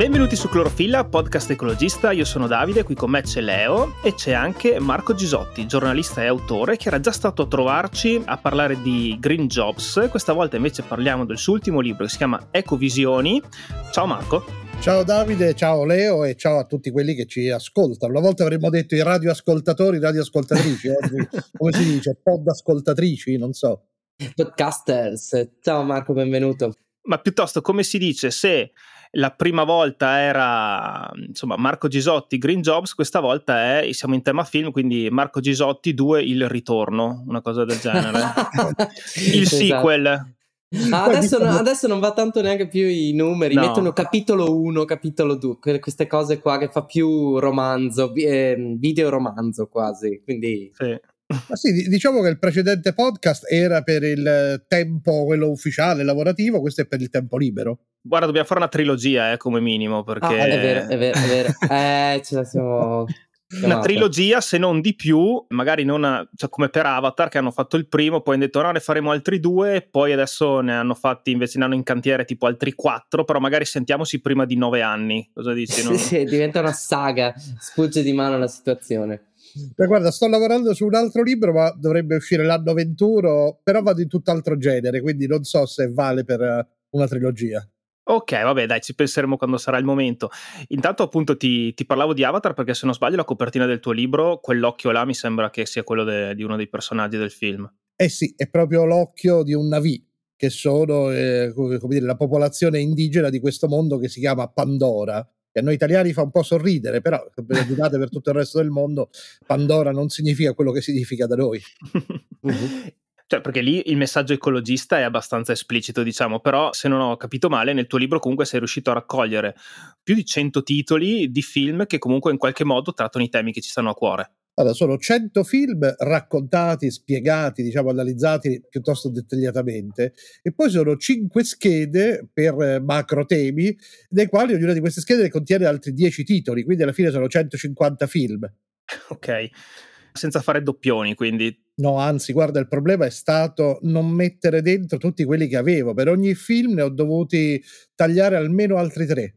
Benvenuti su Clorofilla, podcast ecologista. Io sono Davide, qui con me c'è Leo e c'è anche Marco Gisotti, giornalista e autore, che era già stato a trovarci a parlare di Green Jobs. Questa volta invece parliamo del suo ultimo libro che si chiama Ecovisioni. Ciao Marco. Ciao Davide, ciao Leo e ciao a tutti quelli che ci ascoltano. Una volta avremmo detto i radioascoltatori, radioascoltatrici, oggi come si dice? Podascoltatrici, non so. Podcasters. Ciao Marco, benvenuto. Ma piuttosto come si dice, se la prima volta era insomma Marco Gisotti Green Jobs, questa volta siamo in tema film, quindi Marco Gisotti 2 il ritorno, una cosa del genere. Il sequel. Adesso non va tanto neanche più i numeri, No. Mettono capitolo 1, capitolo 2, queste cose qua che fa più romanzo, video romanzo quasi, quindi... Sì. Ma sì, diciamo che il precedente podcast era per il tempo, quello ufficiale, lavorativo, questo è per il tempo libero. Guarda, dobbiamo fare una trilogia come minimo, perché È vero. Ce la siamo... una trilogia, se non di più, magari non cioè come per Avatar, che hanno fatto il primo, poi hanno detto no, ne faremo altri 2, poi adesso ne hanno fatti, invece ne hanno in cantiere tipo altri 4, però magari sentiamoci prima di 9 anni. Cosa dici? No? Sì, diventa una saga, sfugge di mano la situazione. Beh, guarda, sto lavorando su un altro libro, ma dovrebbe uscire l'anno 21, però vado in tutt'altro genere, quindi non so se vale per una trilogia. Ok, vabbè, dai, ci penseremo quando sarà il momento. Intanto appunto ti parlavo di Avatar perché, se non sbaglio, la copertina del tuo libro, quell'occhio là, mi sembra che sia quello di uno dei personaggi del film. Eh sì, è proprio l'occhio di un Na'vi, che sono come dire, la popolazione indigena di questo mondo che si chiama Pandora, che a noi italiani fa un po' sorridere, però guardate, per tutto il resto del mondo Pandora non significa quello che significa da noi. Cioè, perché lì il messaggio ecologista è abbastanza esplicito, diciamo, però se non ho capito male, nel tuo libro comunque sei riuscito a raccogliere più di 100 titoli di film che comunque in qualche modo trattano i temi che ci stanno a cuore. Allora, sono 100 film raccontati, spiegati, diciamo analizzati piuttosto dettagliatamente, e poi sono 5 schede per macro temi, dei quali ognuna di queste schede contiene altri 10 titoli, quindi alla fine sono 150 film. Ok, senza fare doppioni, quindi. No, anzi, guarda, il problema è stato non mettere dentro tutti quelli che avevo. Per ogni film ne ho dovuti tagliare almeno altri 3.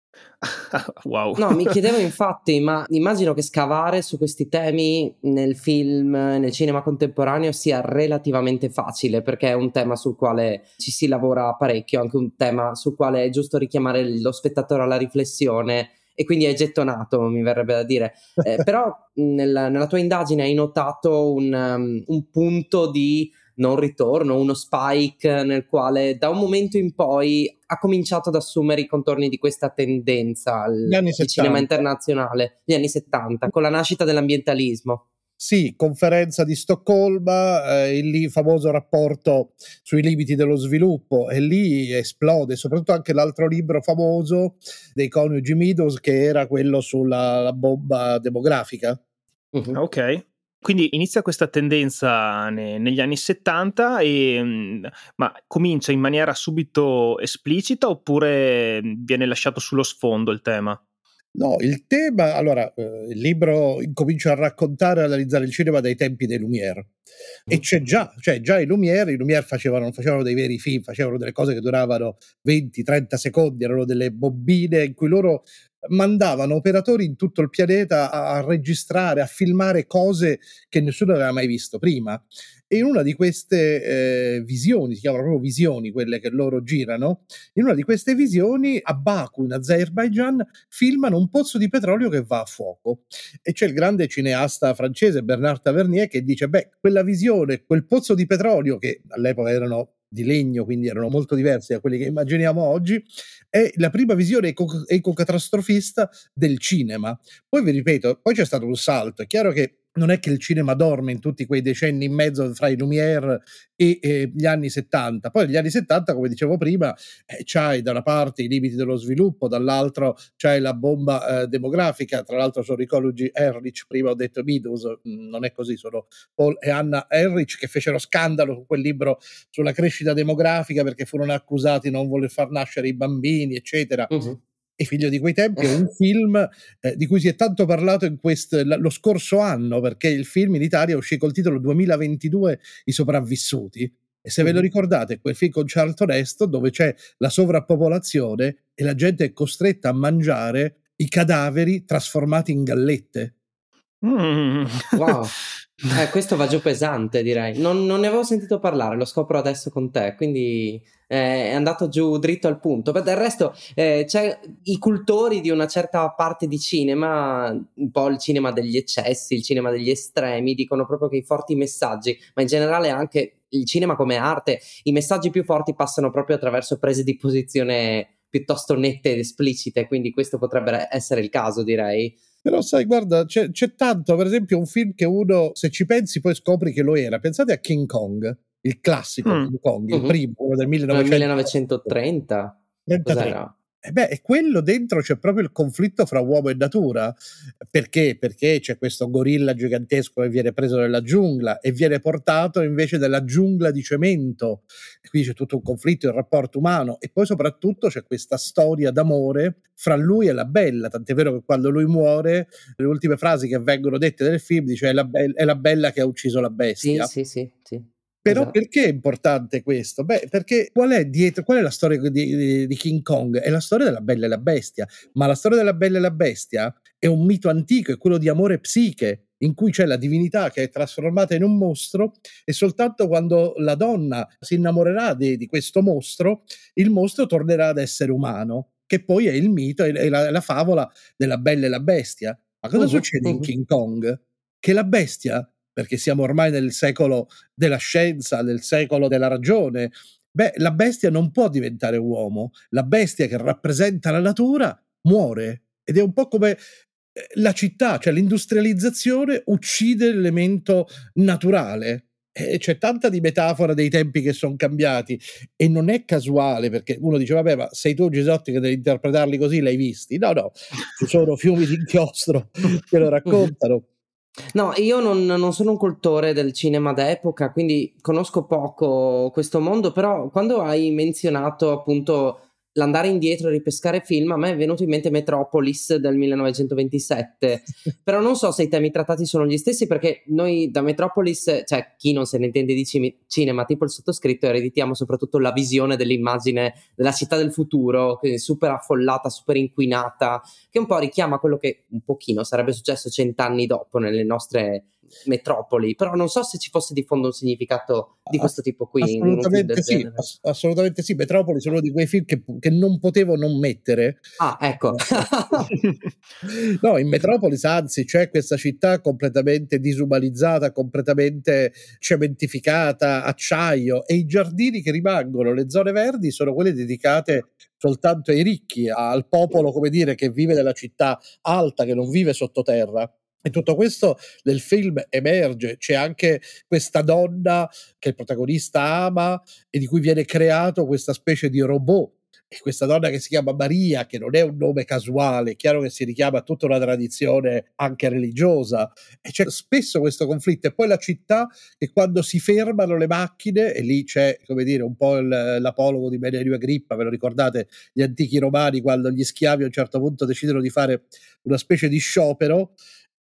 Wow. No, mi chiedevo infatti, ma immagino che scavare su questi temi nel film, nel cinema contemporaneo sia relativamente facile, perché è un tema sul quale ci si lavora parecchio, anche un tema sul quale è giusto richiamare lo spettatore alla riflessione, e quindi è gettonato, mi verrebbe da dire. Però nella tua indagine hai notato un punto di non ritorno, uno spike nel quale da un momento in poi ha cominciato ad assumere i contorni di questa tendenza Gli anni al 70. cinema internazionale, gli anni 70, con la nascita dell'ambientalismo. Sì, conferenza di Stoccolma, il lì famoso rapporto sui limiti dello sviluppo, e lì esplode, soprattutto anche l'altro libro famoso dei coniugi Meadows, che era quello sulla la bomba demografica. Ok. Quindi inizia questa tendenza negli anni 70 ma comincia in maniera subito esplicita oppure viene lasciato sullo sfondo il tema? No, il tema, allora, il libro incomincia a raccontare e analizzare il cinema dai tempi dei Lumière, e cioè già i Lumière facevano dei veri film, facevano delle cose che duravano 20-30 secondi, erano delle bobine in cui loro mandavano operatori in tutto il pianeta a registrare, a filmare cose che nessuno aveva mai visto prima. E in una di queste visioni, si chiamano proprio visioni quelle che loro girano, in una di queste visioni a Baku, in Azerbaijan, filmano un pozzo di petrolio che va a fuoco, e c'è il grande cineasta francese Bernard Tavernier che dice: beh, quella visione, quel pozzo di petrolio, che all'epoca erano di legno, quindi erano molto diversi da quelli che immaginiamo oggi, è la prima visione ecocatastrofista del cinema. Poi vi ripeto, poi c'è stato un salto. È chiaro che non è che il cinema dorme in tutti quei decenni in mezzo fra i Lumière e gli anni 70. Poi negli anni 70, come dicevo prima, c'hai da una parte i limiti dello sviluppo, dall'altro c'hai la bomba demografica. Tra l'altro sono i coniugi Ehrlich, prima ho detto Meadows, non è così, sono Paul e Anna Ehrlich, che fecero scandalo con quel libro sulla crescita demografica perché furono accusati di non voler far nascere i bambini, eccetera. E Figlio di quei tempi è un film di cui si è tanto parlato lo scorso anno, perché il film in Italia uscì col titolo 2022 I sopravvissuti, E se ve lo ricordate, quel film con Charlton Heston dove c'è la sovrappopolazione e la gente è costretta a mangiare i cadaveri trasformati in gallette. Wow, questo va giù pesante, direi. Non ne avevo sentito parlare, lo scopro adesso con te, quindi è andato giù dritto al punto. Beh, del resto, c'è i cultori di una certa parte di cinema, un po' il cinema degli eccessi, il cinema degli estremi, dicono proprio che i forti messaggi, ma in generale anche il cinema come arte, i messaggi più forti passano proprio attraverso prese di posizione piuttosto nette ed esplicite, quindi questo potrebbe essere il caso, direi. Però sai, guarda, c'è tanto, per esempio, un film che uno, se ci pensi, poi scopri che lo era. Pensate a King Kong, il classico King Kong, il primo, quello del 1930. 1933. Cos'era? E quello dentro c'è proprio il conflitto fra uomo e natura. Perché? Perché c'è questo gorilla gigantesco che viene preso nella giungla e viene portato invece nella giungla di cemento. E quindi c'è tutto un conflitto, il rapporto umano. E poi soprattutto c'è questa storia d'amore fra lui e la bella. Tant'è vero che quando lui muore, le ultime frasi che vengono dette nel film dice è la bella che ha ucciso la bestia. Sì. Però Esatto. perché è importante questo? Beh, perché qual è la storia di King Kong? È la storia della Bella e la Bestia, ma la storia della Bella e la Bestia è un mito antico, è quello di amore psiche, in cui c'è la divinità che è trasformata in un mostro e soltanto quando la donna si innamorerà di questo mostro, il mostro tornerà ad essere umano, che poi è il mito, è la favola della Bella e la Bestia. Ma cosa succede in King Kong? Che la bestia, perché siamo ormai nel secolo della scienza, nel secolo della ragione, la bestia non può diventare uomo, la bestia che rappresenta la natura muore ed è un po' come la città, cioè l'industrializzazione uccide l'elemento naturale. E c'è tanta di metafora dei tempi che sono cambiati e non è casuale, perché uno dice vabbè, ma sei tu Gisotti che devi interpretarli così, l'hai visti? No, ci sono fiumi di inchiostro che lo raccontano. No, io non sono un cultore del cinema d'epoca, quindi conosco poco questo mondo, però quando hai menzionato appunto l'andare indietro e ripescare film, a me è venuto in mente Metropolis del 1927, però non so se i temi trattati sono gli stessi, perché noi da Metropolis, cioè chi non se ne intende di cinema, tipo il sottoscritto, ereditiamo soprattutto la visione dell'immagine della città del futuro, quindi super affollata, super inquinata, che un po' richiama quello che un pochino sarebbe successo 100 anni dopo nelle nostre metropoli, però non so se ci fosse di fondo un significato di questo tipo qui in un film del genere. Assolutamente sì. Metropolis è uno di quei film che non potevo non mettere. Ah, ecco. No, in Metropolis anzi c'è questa città completamente disumanizzata, completamente cementificata, acciaio, e i giardini che rimangono, le zone verdi, sono quelle dedicate soltanto ai ricchi, al popolo, come dire, che vive nella città alta, che non vive sottoterra. E tutto questo nel film emerge. C'è anche questa donna che il protagonista ama e di cui viene creato questa specie di robot. E questa donna che si chiama Maria, che non è un nome casuale, è chiaro che si richiama a tutta una tradizione anche religiosa, e c'è spesso questo conflitto. E poi la città che quando si fermano le macchine, e lì c'è, come dire, un po' l'apologo di Menerio Agrippa, ve lo ricordate, gli antichi romani, quando gli schiavi a un certo punto decidono di fare una specie di sciopero,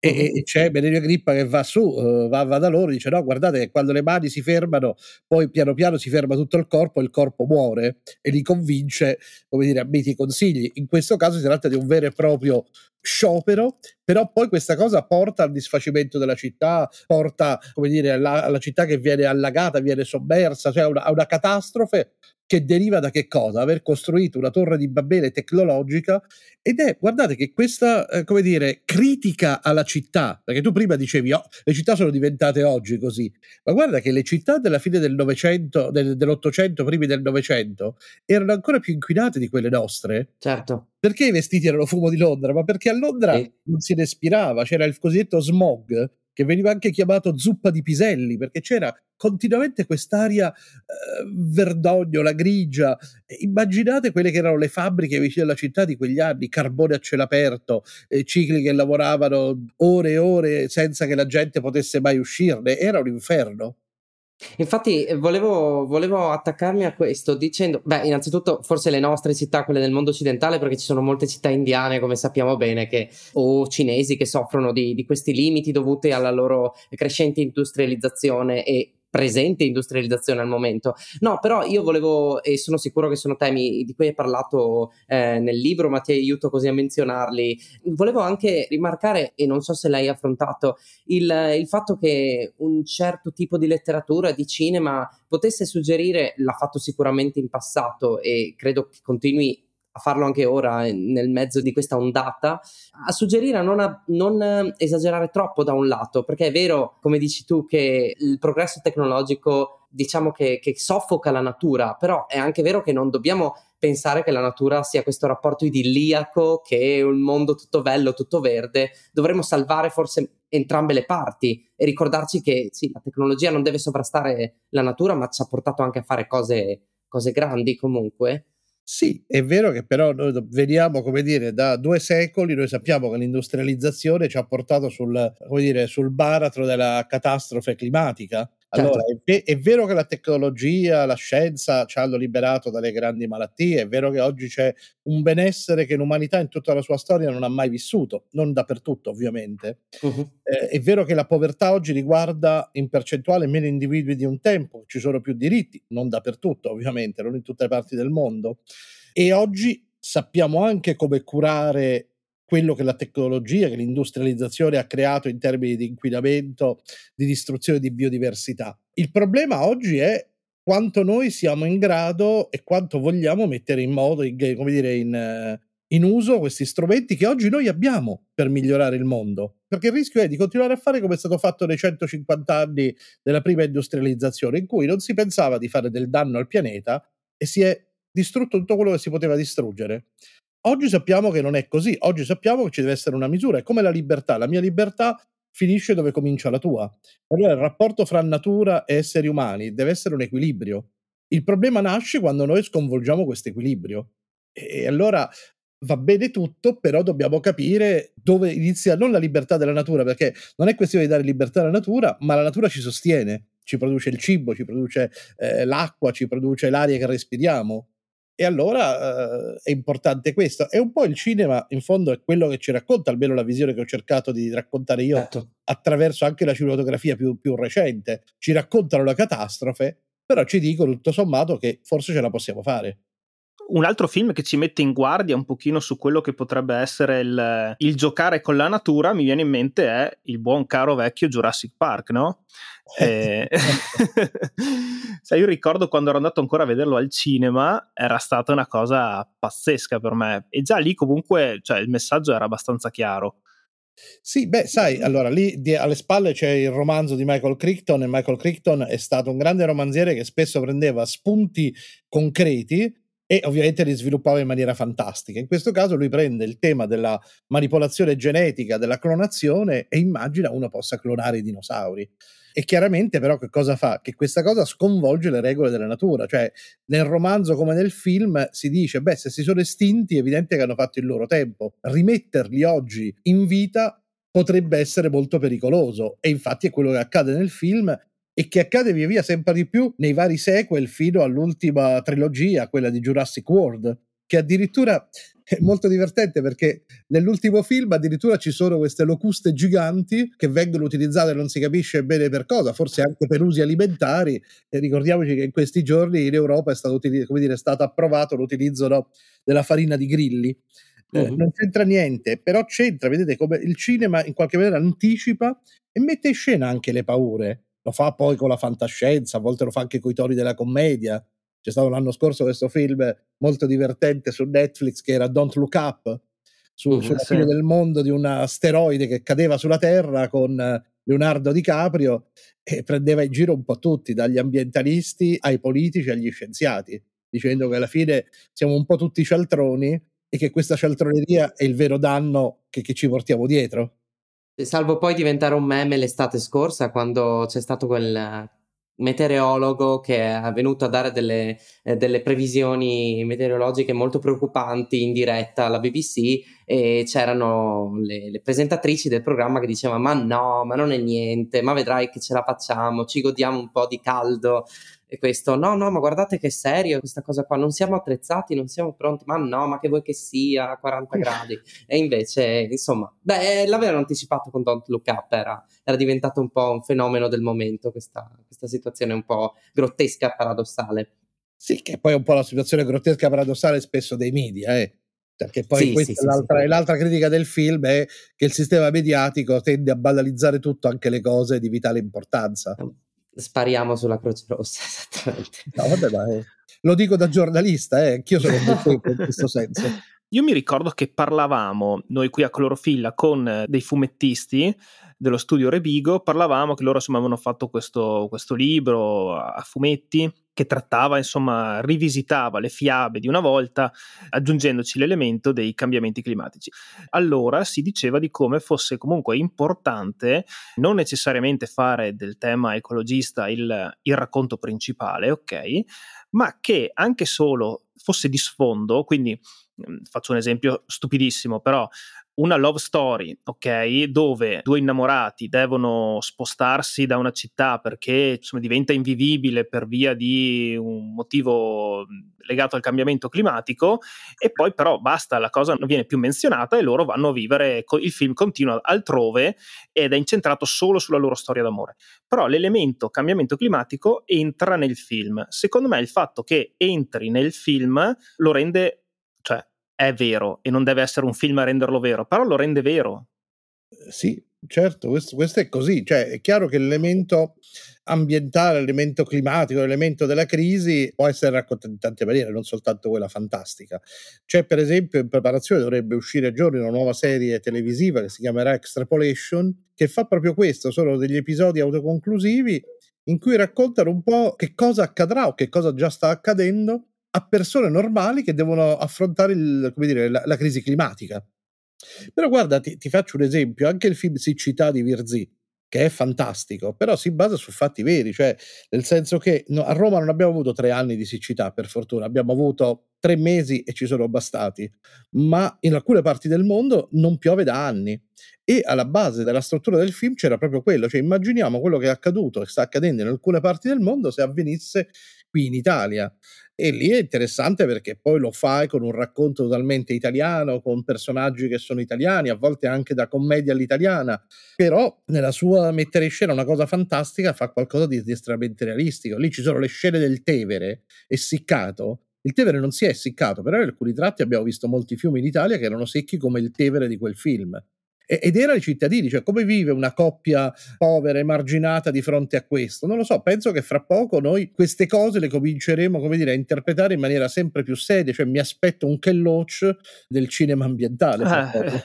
e c'è Menerio Agrippa che va su, va da loro e dice no, guardate che quando le mani si fermano poi piano piano si ferma tutto il corpo e il corpo muore, e li convince, come dire, a miti consigli. In questo caso si tratta di un vero e proprio sciopero, però poi questa cosa porta al disfacimento della città, porta, come dire, alla città che viene allagata, viene sommersa, cioè a una catastrofe che deriva da che cosa? Aver costruito una torre di Babele tecnologica. Ed è, guardate che questa, come dire, critica alla città, perché tu prima dicevi, oh, le città sono diventate oggi così, ma guarda che le città della fine del Novecento, dell'Ottocento, primi del Novecento, erano ancora più inquinate di quelle nostre. Certo. Perché i vestiti erano fumo di Londra? Ma perché a Londra non si respirava, c'era il cosiddetto smog, che veniva anche chiamato zuppa di piselli, perché c'era continuamente quest'aria verdognola, grigia. Immaginate quelle che erano le fabbriche vicino alla città di quegli anni, carbone a cielo aperto, cicli che lavoravano ore e ore senza che la gente potesse mai uscirne, era un inferno. Infatti volevo attaccarmi a questo dicendo, beh, innanzitutto forse le nostre città, quelle del mondo occidentale, perché ci sono molte città indiane, come sappiamo bene, o cinesi, che soffrono di questi limiti dovuti alla loro crescente industrializzazione e presente industrializzazione al momento. No, però io volevo, e sono sicuro che sono temi di cui hai parlato nel libro, ma ti aiuto così a menzionarli. Volevo anche rimarcare, e non so se l'hai affrontato, il fatto che un certo tipo di letteratura, di cinema, potesse suggerire, l'ha fatto sicuramente in passato e credo che continui a farlo anche ora nel mezzo di questa ondata, a suggerire a non esagerare troppo da un lato, perché è vero, come dici tu, che il progresso tecnologico diciamo che soffoca la natura, però è anche vero che non dobbiamo pensare che la natura sia questo rapporto idilliaco, che è un mondo tutto bello, tutto verde. Dovremmo salvare forse entrambe le parti e ricordarci che sì, la tecnologia non deve sovrastare la natura, ma ci ha portato anche a fare cose grandi comunque. Sì, è vero che però noi veniamo, come dire, da 2 secoli, noi sappiamo che l'industrializzazione ci ha portato sul baratro della catastrofe climatica. Allora, Certo. è vero che la tecnologia, la scienza ci hanno liberato dalle grandi malattie, è vero che oggi c'è un benessere che l'umanità in tutta la sua storia non ha mai vissuto, non dappertutto ovviamente. Mhm. È vero che la povertà oggi riguarda in percentuale meno individui di un tempo, ci sono più diritti, non dappertutto ovviamente, non in tutte le parti del mondo. E oggi sappiamo anche come curare quello che la tecnologia, che l'industrializzazione ha creato in termini di inquinamento, di distruzione di biodiversità. Il problema oggi è quanto noi siamo in grado e quanto vogliamo mettere in modo, in uso questi strumenti che oggi noi abbiamo per migliorare il mondo. Perché il rischio è di continuare a fare come è stato fatto nei 150 anni della prima industrializzazione, in cui non si pensava di fare del danno al pianeta e si è distrutto tutto quello che si poteva distruggere. Oggi sappiamo che non è così, oggi sappiamo che ci deve essere una misura, è come la libertà, la mia libertà finisce dove comincia la tua. Allora il rapporto fra natura e esseri umani deve essere un equilibrio. Il problema nasce quando noi sconvolgiamo questo equilibrio. E allora va bene tutto, però dobbiamo capire dove inizia non la libertà della natura, perché non è questione di dare libertà alla natura, ma la natura ci sostiene, ci produce il cibo, ci produce l'acqua, ci produce l'aria che respiriamo. E allora è importante questo. E un po' il cinema, in fondo, è quello che ci racconta, almeno la visione che ho cercato di raccontare io Certo. attraverso anche la cinematografia più recente. Ci raccontano la catastrofe, però ci dicono tutto sommato che forse ce la possiamo fare. Un altro film che ci mette in guardia un pochino su quello che potrebbe essere il giocare con la natura, mi viene in mente, è il buon caro vecchio Jurassic Park, no? Sai, io ricordo quando ero andato ancora a vederlo al cinema, era stata una cosa pazzesca per me, e già lì comunque, cioè, il messaggio era abbastanza chiaro. Sì, beh, sai, allora lì alle spalle c'è il romanzo di Michael Crichton, e Michael Crichton è stato un grande romanziere che spesso prendeva spunti concreti e ovviamente li sviluppava in maniera fantastica. In questo caso lui prende il tema della manipolazione genetica, della clonazione, e immagina uno possa clonare i dinosauri. E chiaramente però che cosa fa? Che questa cosa sconvolge le regole della natura, cioè nel romanzo come nel film si dice, beh, se si sono estinti è evidente che hanno fatto il loro tempo, rimetterli oggi in vita potrebbe essere molto pericoloso, e infatti è quello che accade nel film e che accade via via sempre di più nei vari sequel fino all'ultima trilogia, quella di Jurassic World, che addirittura è molto divertente perché nell'ultimo film addirittura ci sono queste locuste giganti che vengono utilizzate non si capisce bene per cosa, forse anche per usi alimentari, e ricordiamoci che in questi giorni in Europa è stato approvato l'utilizzo della farina di grilli. Non c'entra niente, però c'entra, vedete come il cinema in qualche maniera anticipa e mette in scena anche le paure. Lo fa poi con la fantascienza, a volte lo fa anche coi toni della commedia. C'è stato l'anno scorso questo film molto divertente su Netflix che era Don't Look Up, sulla Sì. fine del mondo, di un asteroide che cadeva sulla Terra, con Leonardo DiCaprio, e prendeva in giro un po' tutti, dagli ambientalisti ai politici agli scienziati, dicendo che alla fine siamo un po' tutti cialtroni e che questa cialtroneria è il vero danno che ci portiamo dietro. Salvo poi diventare un meme l'estate scorsa, quando c'è stato quel meteorologo che è venuto a dare delle previsioni meteorologiche molto preoccupanti in diretta alla BBC, e c'erano le presentatrici del programma che dicevano: ma no, ma non è niente, ma vedrai che ce la facciamo, ci godiamo un po' di caldo. E questo, no, no, ma guardate che serio questa cosa qua, non siamo attrezzati, non siamo pronti, ma no, ma che vuoi che sia a 40 gradi? E invece, insomma, l'avevano anticipato con Don't Look Up, era diventato un po' un fenomeno del momento, questa situazione un po' grottesca e paradossale. Sì, che poi è un po' la situazione grottesca paradossale spesso dei media, perché poi Sì, sì, questa è sì, sì. l'altra critica del film, è che il sistema mediatico tende a banalizzare tutto, anche le cose di vitale importanza. Spariamo sulla Croce Rossa, esattamente. No, vabbè, ma lo dico da giornalista, anch'io sono un buffetto in questo senso. Io mi ricordo che parlavamo, noi qui a Clorofilla, con dei fumettisti dello studio Rebigo, parlavamo che loro insomma avevano fatto questo libro a fumetti che trattava, insomma, rivisitava le fiabe di una volta, aggiungendoci l'elemento dei cambiamenti climatici. Allora si diceva di come fosse comunque importante non necessariamente fare del tema ecologista il racconto principale, ok? Ma che anche solo fosse di sfondo, quindi faccio un esempio stupidissimo, però una love story, ok, dove due innamorati devono spostarsi da una città perché insomma, diventa invivibile per via di un motivo legato al cambiamento climatico, e poi però basta, la cosa non viene più menzionata e loro vanno a vivere, il film continua altrove ed è incentrato solo sulla loro storia d'amore. Però l'elemento cambiamento climatico entra nel film. Secondo me il fatto che entri nel film lo rende, cioè è vero, e non deve essere un film a renderlo vero, però lo rende vero. Sì, certo, questo è così, cioè è chiaro che l'elemento ambientale, l'elemento climatico, l'elemento della crisi può essere raccontato in tante maniere, non soltanto quella fantastica. C'è per esempio in preparazione, dovrebbe uscire a giorni, una nuova serie televisiva che si chiamerà Extrapolation, che fa proprio questo, sono degli episodi autoconclusivi in cui raccontano un po' che cosa accadrà o che cosa già sta accadendo a persone normali che devono affrontare la crisi climatica. Però guarda, ti faccio un esempio, anche il film Siccità di Virzì, che è fantastico, però si basa su fatti veri, cioè nel senso che a Roma non abbiamo avuto 3 anni di siccità, per fortuna, abbiamo avuto 3 mesi e ci sono bastati, ma in alcune parti del mondo non piove da anni. E alla base della struttura del film c'era proprio quello, cioè immaginiamo quello che è accaduto e sta accadendo in alcune parti del mondo se avvenisse qui in Italia. E lì è interessante perché poi lo fai con un racconto totalmente italiano, con personaggi che sono italiani, a volte anche da commedia all'italiana, però nella sua mettere in scena una cosa fantastica fa qualcosa di estremamente realistico. Lì ci sono le scene del Tevere essiccato. Il Tevere non si è essiccato, però in alcuni tratti abbiamo visto molti fiumi in Italia che erano secchi come il Tevere di quel film. Ed era i cittadini, cioè come vive una coppia povera, emarginata di fronte a questo? Non lo so, penso che fra poco noi queste cose le cominceremo, come dire, a interpretare in maniera sempre più seria, cioè mi aspetto un Ken Loach del cinema ambientale fra poco.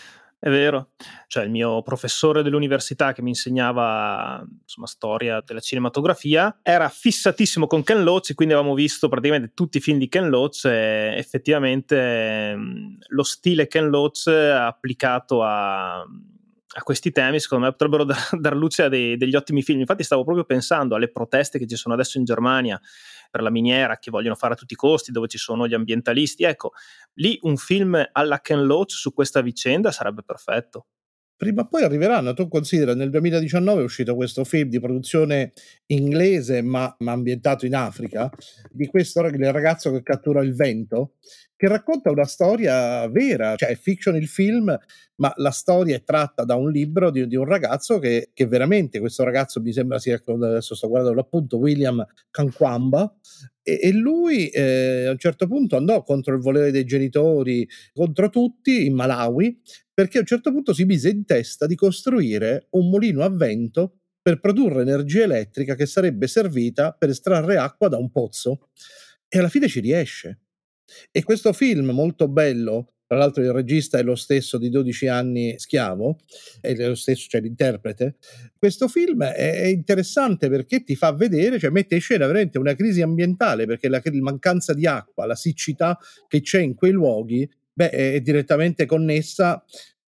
È vero, cioè il mio professore dell'università che mi insegnava insomma storia della cinematografia era fissatissimo con Ken Loach, quindi avevamo visto praticamente tutti i film di Ken Loach e effettivamente lo stile Ken Loach applicato a questi temi secondo me potrebbero dar luce a degli ottimi film. Infatti stavo proprio pensando alle proteste che ci sono adesso in Germania per la miniera, che vogliono fare a tutti i costi, dove ci sono gli ambientalisti. Ecco, lì un film alla Ken Loach su questa vicenda sarebbe perfetto. Prima o poi arriveranno. Tu considera, nel 2019 è uscito questo film di produzione inglese, ma ambientato in Africa, di questo il ragazzo che cattura il vento, che racconta una storia vera, cioè è fiction il film, ma la storia è tratta da un libro di un ragazzo che veramente, questo ragazzo mi sembra sia, adesso sto guardando l'appunto, William Kankwamba, e lui a un certo punto andò contro il volere dei genitori, contro tutti, in Malawi, perché a un certo punto si mise in testa di costruire un mulino a vento per produrre energia elettrica che sarebbe servita per estrarre acqua da un pozzo, e alla fine ci riesce. E questo film molto bello, tra l'altro il regista è lo stesso di 12 anni Schiavo, è lo stesso, cioè l'interprete. Questo film è interessante perché ti fa vedere, cioè mette in scena veramente una crisi ambientale, perché la mancanza di acqua, la siccità che c'è in quei luoghi, è direttamente connessa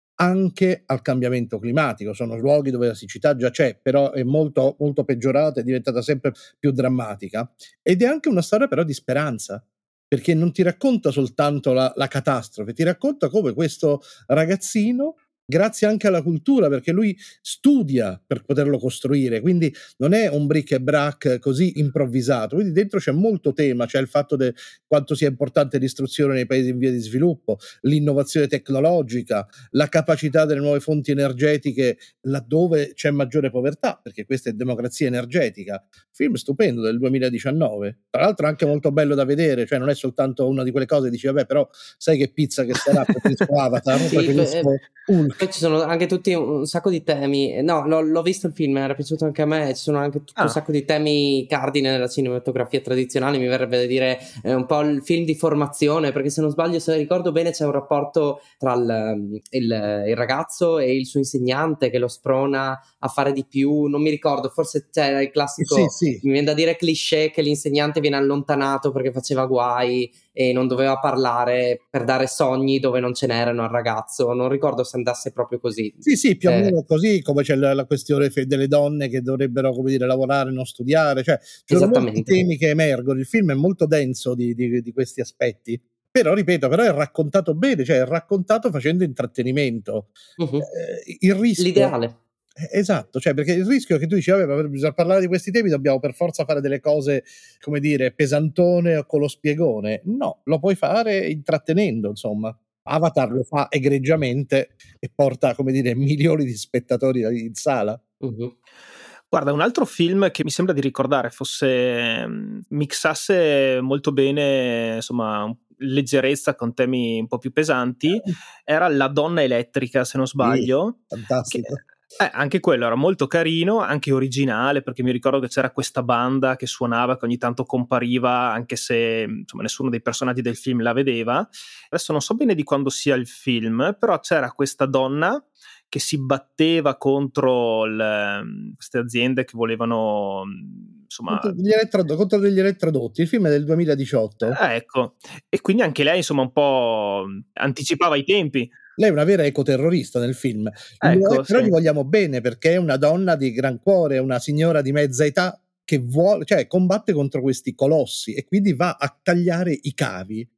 anche al cambiamento climatico. Sono luoghi dove la siccità già c'è, però è molto, molto peggiorata, è diventata sempre più drammatica. Ed è anche una storia però di speranza, perché non ti racconta soltanto la catastrofe, ti racconta come questo ragazzino grazie anche alla cultura, perché lui studia per poterlo costruire, quindi non è un bric-et-brac così improvvisato, quindi dentro c'è molto tema, c'è il fatto di quanto sia importante l'istruzione nei paesi in via di sviluppo, l'innovazione tecnologica, la capacità delle nuove fonti energetiche laddove c'è maggiore povertà, perché questa è democrazia energetica. Film stupendo del 2019, tra l'altro anche molto bello da vedere, cioè non è soltanto una di quelle cose che dici vabbè, però sai che pizza che sarà, preferisco Avatar, Sì, preferisco poi Hulk. ci sono anche tutti un sacco di temi. No, l'ho visto il film, era piaciuto anche a me. Ci sono anche tutto un Ah, sacco di temi cardine nella cinematografia tradizionale. Mi verrebbe da dire un po' il film di formazione, perché se non sbaglio, se ricordo bene, c'è un rapporto tra il ragazzo e il suo insegnante che lo sprona a fare di più. Non mi ricordo, forse c'era il Sì, classico, sì. mi viene da dire cliché, che l'insegnante viene allontanato perché faceva guai e non doveva parlare per dare sogni dove non ce n'erano al ragazzo. Non ricordo se andasse proprio così. Sì, sì, più o meno così, come c'è la questione delle donne che dovrebbero, come dire, lavorare, non studiare, cioè ci sono molti Esattamente. temi che emergono, il film è molto denso di questi aspetti, però ripeto, però è raccontato bene, cioè è raccontato facendo intrattenimento. Mhm. Il rischio L'ideale. esatto, cioè perché il rischio è che tu dici: "Vabbè, ma bisogna parlare di questi temi, dobbiamo per forza fare delle cose, come dire, pesantone o con lo spiegone". No, lo puoi fare intrattenendo, insomma. Avatar lo fa egregiamente e porta, come dire, milioni di spettatori in sala. Mhm. guarda, un altro film che mi sembra di ricordare fosse mixasse molto bene, insomma, leggerezza con temi un po' più pesanti, era La donna elettrica, se non Sì, sbaglio, che fantastico. anche quello era molto carino, anche originale, perché mi ricordo che c'era questa banda che suonava, che ogni tanto compariva, anche se insomma nessuno dei personaggi del film la vedeva. Adesso non so bene di quando sia il film, però c'era questa donna che si batteva contro queste aziende che volevano, insomma, Contro degli elettrodotti. Il film è del 2018. ecco, e quindi anche lei insomma un po' anticipava i tempi. Lei è una vera ecoterrorista nel film. Lo è, Ecco, però sì. gli vogliamo bene perché è una donna di gran cuore, è una signora di mezza età che cioè combatte contro questi colossi e quindi va a tagliare i cavi.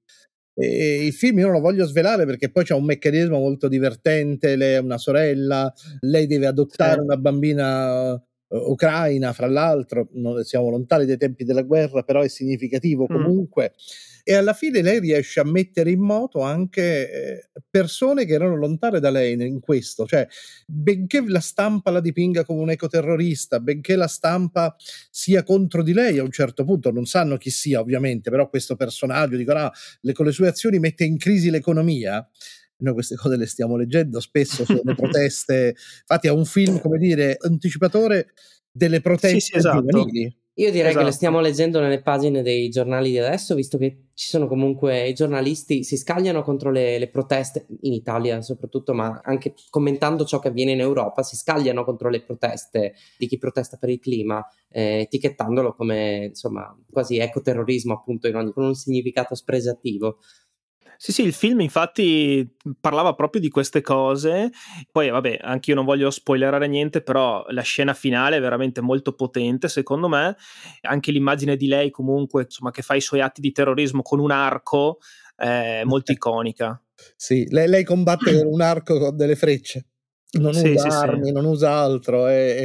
Il film io non lo voglio svelare perché poi c'ha un meccanismo molto divertente, lei ha una sorella, lei deve Sì. adottare una bambina ucraina, fra l'altro, siamo lontani dai tempi della guerra, però è significativo Mh. comunque. E alla fine lei riesce a mettere in moto anche persone che erano lontane da lei in questo, cioè benché la stampa la dipinga come un ecoterrorista, benché la stampa sia contro di lei a un certo punto, non sanno chi sia ovviamente, però questo personaggio dicono con le sue azioni mette in crisi l'economia. Noi queste cose le stiamo leggendo spesso sulle proteste, infatti è un film, come dire, anticipatore delle Sì, sì, proteste esatto. giovanili. Io direi che le stiamo Esatto. leggendo nelle pagine dei giornali di adesso, visto che ci sono comunque i giornalisti si scagliano contro le proteste in Italia soprattutto, ma anche commentando ciò che avviene in Europa, si scagliano contro le proteste di chi protesta per il clima, etichettandolo come insomma quasi ecoterrorismo, appunto, con un significato spregiativo. Sì, sì, il film infatti parlava proprio di queste cose. Poi vabbè, anch'io non voglio spoilerare niente, però la scena finale è veramente molto potente secondo me. Anche l'immagine di lei comunque, insomma, che fa i suoi atti di terrorismo con un arco è molto iconica. Sì, lei combatte con un arco con delle frecce, non Sì, usa sì, sì, armi, non usa altro,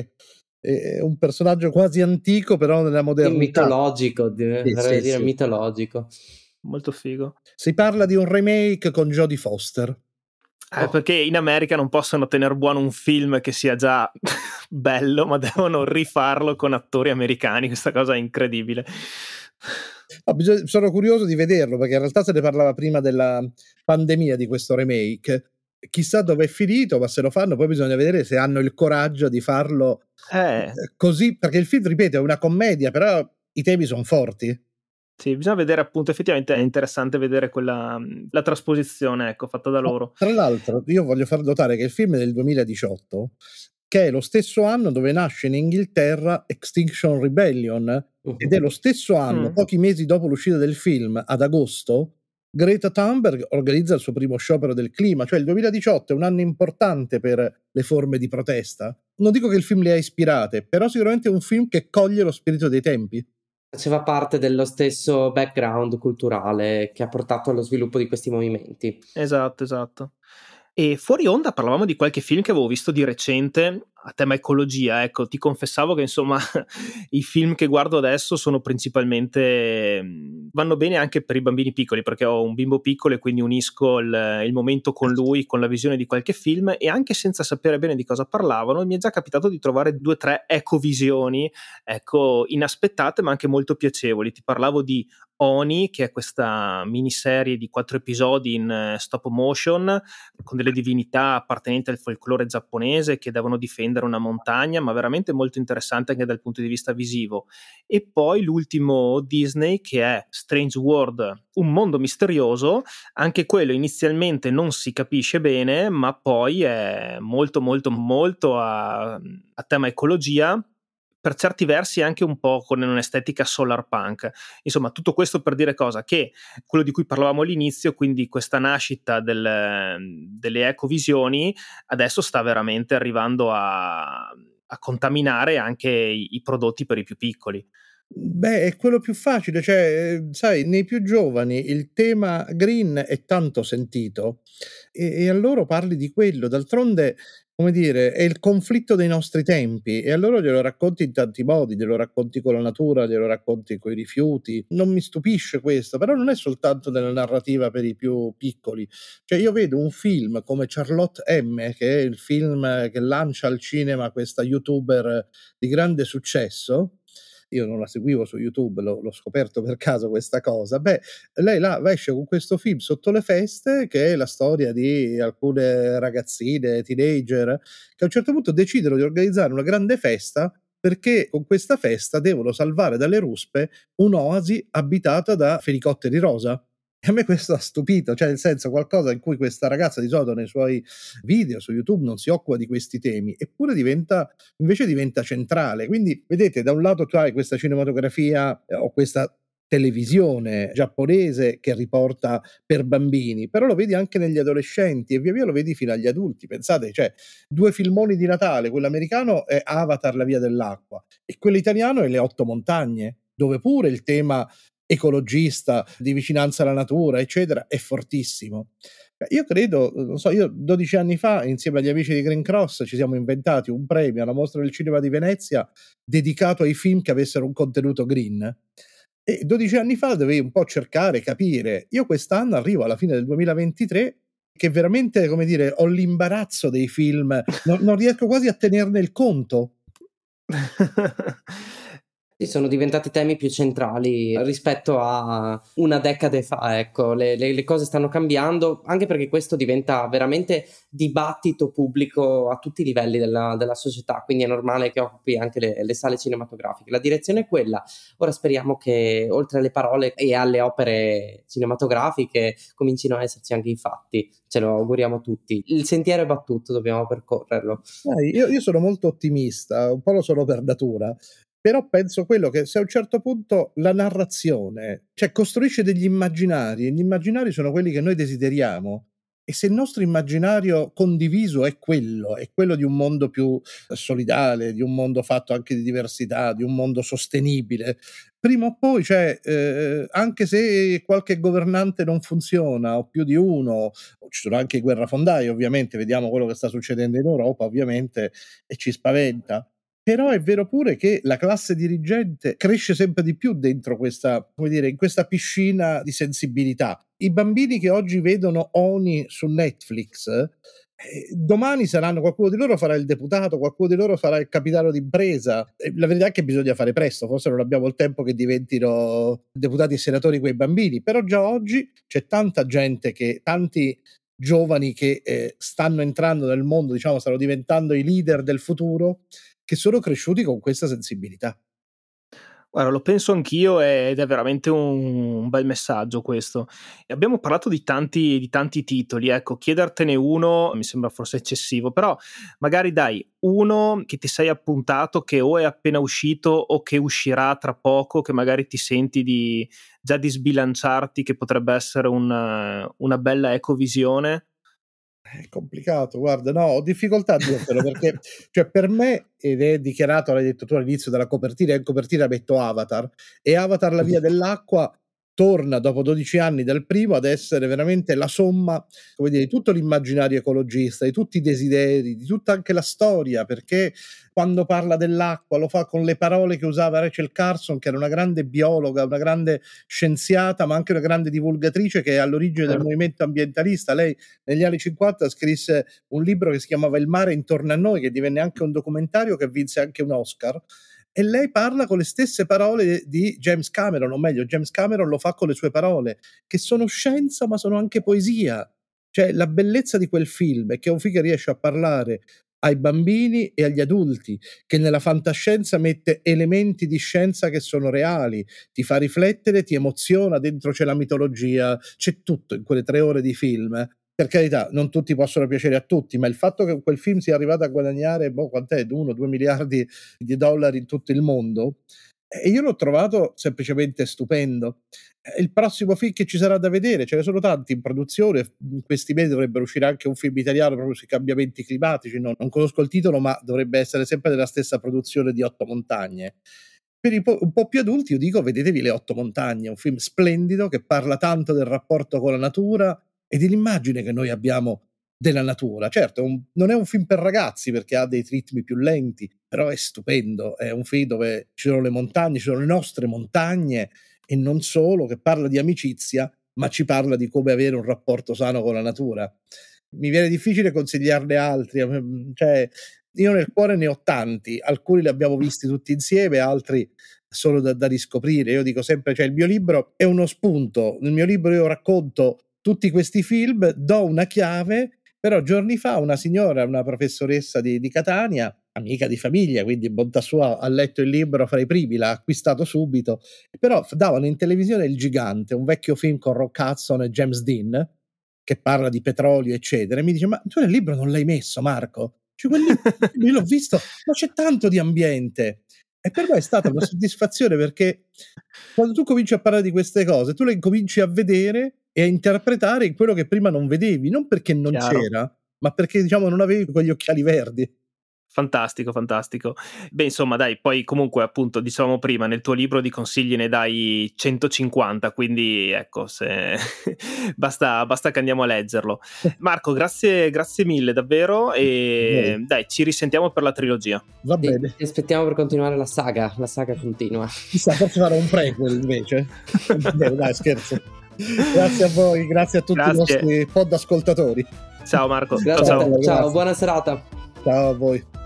è un personaggio quasi antico però nella Sì, modernità. mitologico, Sì, verrebbe sì, da dire sì. mitologico. molto figo. Si parla di un remake con Jodie Foster. Oh. Perché in America non possono tener buono un film che sia già bello, ma devono rifarlo con attori americani. Questa cosa è incredibile. No, sono curioso di vederlo perché in realtà se ne parlava prima della pandemia di questo remake. Chissà dove è finito, ma se lo fanno poi bisogna vedere se hanno il coraggio di farlo Eh, così, perché il film, ripeto, è una commedia, però i temi son forti. sì, bisogna vedere appunto, effettivamente è interessante vedere quella la trasposizione, ecco, fatta da Ma loro. tra l'altro io voglio far notare che il film è del 2018, che è lo stesso anno dove nasce in Inghilterra Extinction Rebellion, ed è Mhm. lo stesso anno, Mh. pochi mesi dopo l'uscita del film, ad agosto, Greta Thunberg organizza il suo primo sciopero del clima, cioè il 2018 è un anno importante per le forme di protesta. Non dico che il film le ha ispirate, però sicuramente è un film che coglie lo spirito dei tempi. Faceva parte dello stesso background culturale che ha portato allo sviluppo di questi movimenti. Esatto, esatto. E fuori onda parlavamo di qualche film che avevo visto di recente a tema ecologia. Ecco, ti confessavo che insomma i film che guardo adesso sono principalmente vanno bene anche per i bambini piccoli, perché ho un bimbo piccolo e quindi unisco il momento con lui, con la visione di qualche film, e anche senza sapere bene di cosa parlavano mi è già capitato di trovare 2 o 3 ecovisioni, ecco, inaspettate ma anche molto piacevoli. Ti parlavo di Oni, che è questa miniserie di 4 episodi in stop motion con delle divinità appartenenti al folklore giapponese che devono difendere una montagna, ma veramente molto interessante anche dal punto di vista visivo. E poi l'ultimo Disney, che è Strange World, un mondo misterioso. Anche quello inizialmente non si capisce bene, ma poi è molto molto molto a tema ecologia, per certi versi anche un po' con un'estetica solar punk. Insomma, tutto questo per dire cosa? Che quello di cui parlavamo all'inizio, quindi questa nascita delle ecovisioni, adesso sta veramente arrivando a contaminare anche i prodotti per i più piccoli. Beh, è quello più facile, cioè, sai, nei più giovani il tema green è tanto sentito e a loro parli di quello. D'altronde, come dire, è il conflitto dei nostri tempi e a loro glielo racconti in tanti modi, glielo racconti con la natura, glielo racconti coi rifiuti. Non mi stupisce questo, però non è soltanto nella narrativa per i più piccoli. Cioè, io vedo un film come Charlotte M, che è il film che lancia al cinema questa youtuber di grande successo. Io non la seguivo su YouTube, l'ho scoperto per caso questa cosa. Beh, lei là esce con questo film sotto le feste, che è la storia di alcune ragazzine, teenager, che a un certo punto decidono di organizzare una grande festa perché con questa festa devono salvare dalle ruspe un'oasi abitata da fenicotteri rosa. E a me questo ha stupito, cioè nel senso qualcosa in cui questa ragazza di solito nei suoi video su YouTube non si occupa di questi temi, eppure invece diventa centrale. Quindi vedete, da un lato tu hai questa cinematografia o questa televisione giapponese che riporta per bambini, però lo vedi anche negli adolescenti e via via lo vedi fino agli adulti. Pensate, cioè, 2 filmoni di Natale, quello americano è Avatar, la via dell'acqua, e quello italiano è Le 8 montagne, dove pure il tema ecologista, di vicinanza alla natura, eccetera, è fortissimo. Io credo, non so, io 12 anni fa, insieme agli amici di Green Cross, ci siamo inventati un premio alla Mostra del Cinema di Venezia dedicato ai film che avessero un contenuto green. E 12 anni fa dovevi un po' cercare, capire. Io quest'anno arrivo alla fine del 2023 che veramente, come dire, ho l'imbarazzo dei film, non riesco quasi a tenerne il conto. Sì, sono diventati temi più centrali rispetto a una decade fa, ecco, le cose stanno cambiando, anche perché questo diventa veramente dibattito pubblico a tutti i livelli della società, quindi è normale che occupi anche le sale cinematografiche. La direzione è quella, ora speriamo che oltre alle parole e alle opere cinematografiche comincino a esserci anche i fatti, ce lo auguriamo tutti. Il sentiero è battuto, dobbiamo percorrerlo. Io sono molto ottimista, un po' lo sono per natura, però penso quello che se a un certo punto la narrazione, cioè costruisce degli immaginari, e gli immaginari sono quelli che noi desideriamo, e se il nostro immaginario condiviso è quello di un mondo più solidale, di un mondo fatto anche di diversità, di un mondo sostenibile, prima o poi, cioè, anche se qualche governante non funziona, o più di uno, o ci sono anche i guerrafondai, ovviamente, vediamo quello che sta succedendo in Europa, ovviamente, e ci spaventa. Però è vero pure che la classe dirigente cresce sempre di più dentro questa, come dire, in questa piscina di sensibilità. I bambini che oggi vedono Oni su Netflix, domani saranno, qualcuno di loro farà il deputato, qualcuno di loro farà il capitano d'impresa. La verità è che bisogna fare presto, forse non abbiamo il tempo che diventino deputati e senatori quei bambini, però già oggi c'è tanta gente tanti giovani che stanno entrando nel mondo, diciamo, stanno diventando i leader del futuro, che sono cresciuti con questa sensibilità. Guarda, lo penso anch'io ed è veramente un bel messaggio questo. E abbiamo parlato di tanti titoli, ecco, chiedertene uno mi sembra forse eccessivo, però magari dai, uno che ti sei appuntato che o è appena uscito o che uscirà tra poco, che magari ti senti già di sbilanciarti, che potrebbe essere una bella ecovisione. È complicato, guarda, no, ho difficoltà a dirtelo perché, cioè, per me, ed è dichiarato, l'hai detto tu all'inizio della copertina, in copertina metto Avatar, e Avatar la via dell'acqua torna dopo 12 anni dal primo ad essere veramente la somma, come dire, di tutto l'immaginario ecologista, di tutti i desideri, di tutta anche la storia, perché quando parla dell'acqua lo fa con le parole che usava Rachel Carson, che era una grande biologa, una grande scienziata, ma anche una grande divulgatrice che è all'origine del movimento ambientalista. Lei negli anni 50 scrisse un libro che si chiamava Il mare intorno a noi, che divenne anche un documentario che vinse anche un Oscar. E lei parla con le stesse parole di James Cameron, o meglio, James Cameron lo fa con le sue parole, che sono scienza ma sono anche poesia. Cioè la bellezza di quel film è che è un film che riesce a parlare ai bambini e agli adulti, che nella fantascienza mette elementi di scienza che sono reali, ti fa riflettere, ti emoziona, dentro c'è la mitologia, c'è tutto in quelle 3 ore di film. Per carità, non tutti possono piacere a tutti, ma il fatto che quel film sia arrivato a guadagnare, quant'è, 1-2 miliardi di dollari in tutto il mondo, e io l'ho trovato semplicemente stupendo. Il prossimo film che ci sarà da vedere, ce ne sono tanti in produzione, in questi mesi dovrebbero uscire anche un film italiano proprio sui cambiamenti climatici, non conosco il titolo, ma dovrebbe essere sempre della stessa produzione di Otto Montagne. Per i un po' più adulti io dico vedetevi Le Otto Montagne, un film splendido che parla tanto del rapporto con la natura e dell'immagine che noi abbiamo della natura. Certo, non è un film per ragazzi perché ha dei ritmi più lenti, però è stupendo, è un film dove ci sono le montagne, ci sono le nostre montagne e non solo, che parla di amicizia, ma ci parla di come avere un rapporto sano con la natura. Mi viene difficile consigliarne altri, cioè io nel cuore ne ho tanti, alcuni li abbiamo visti tutti insieme, altri solo da riscoprire. Io dico sempre, cioè il mio libro è uno spunto, nel mio libro io racconto tutti questi film, do una chiave, però giorni fa una signora, una professoressa di Catania, amica di famiglia, quindi bontà sua, ha letto il libro fra i primi, l'ha acquistato subito, però davano in televisione Il Gigante, un vecchio film con Rock Hudson e James Dean, che parla di petrolio, eccetera, e mi dice, ma tu nel libro non l'hai messo, Marco? Cioè, io l'ho visto, ma c'è tanto di ambiente. E per me è stata una soddisfazione, perché quando tu cominci a parlare di queste cose, tu le cominci a vedere e a interpretare in quello che prima non vedevi, non perché non Chiaro. c'era, ma perché diciamo non avevi quegli occhiali verdi. Fantastico, fantastico. Beh, insomma, dai, poi comunque, appunto, dicevamo prima, nel tuo libro di consigli ne dai 150, quindi ecco, se basta che andiamo a leggerlo. Marco, grazie mille davvero, e dai, ci risentiamo per la trilogia. Va bene. Ti aspettiamo per continuare la saga continua. Chissà, forse farò un prequel invece. Dai, scherzo. Grazie a voi, grazie a tutti i nostri pod ascoltatori. Ciao Marco. Grazie ciao. Ciao, buona serata. Ciao a voi.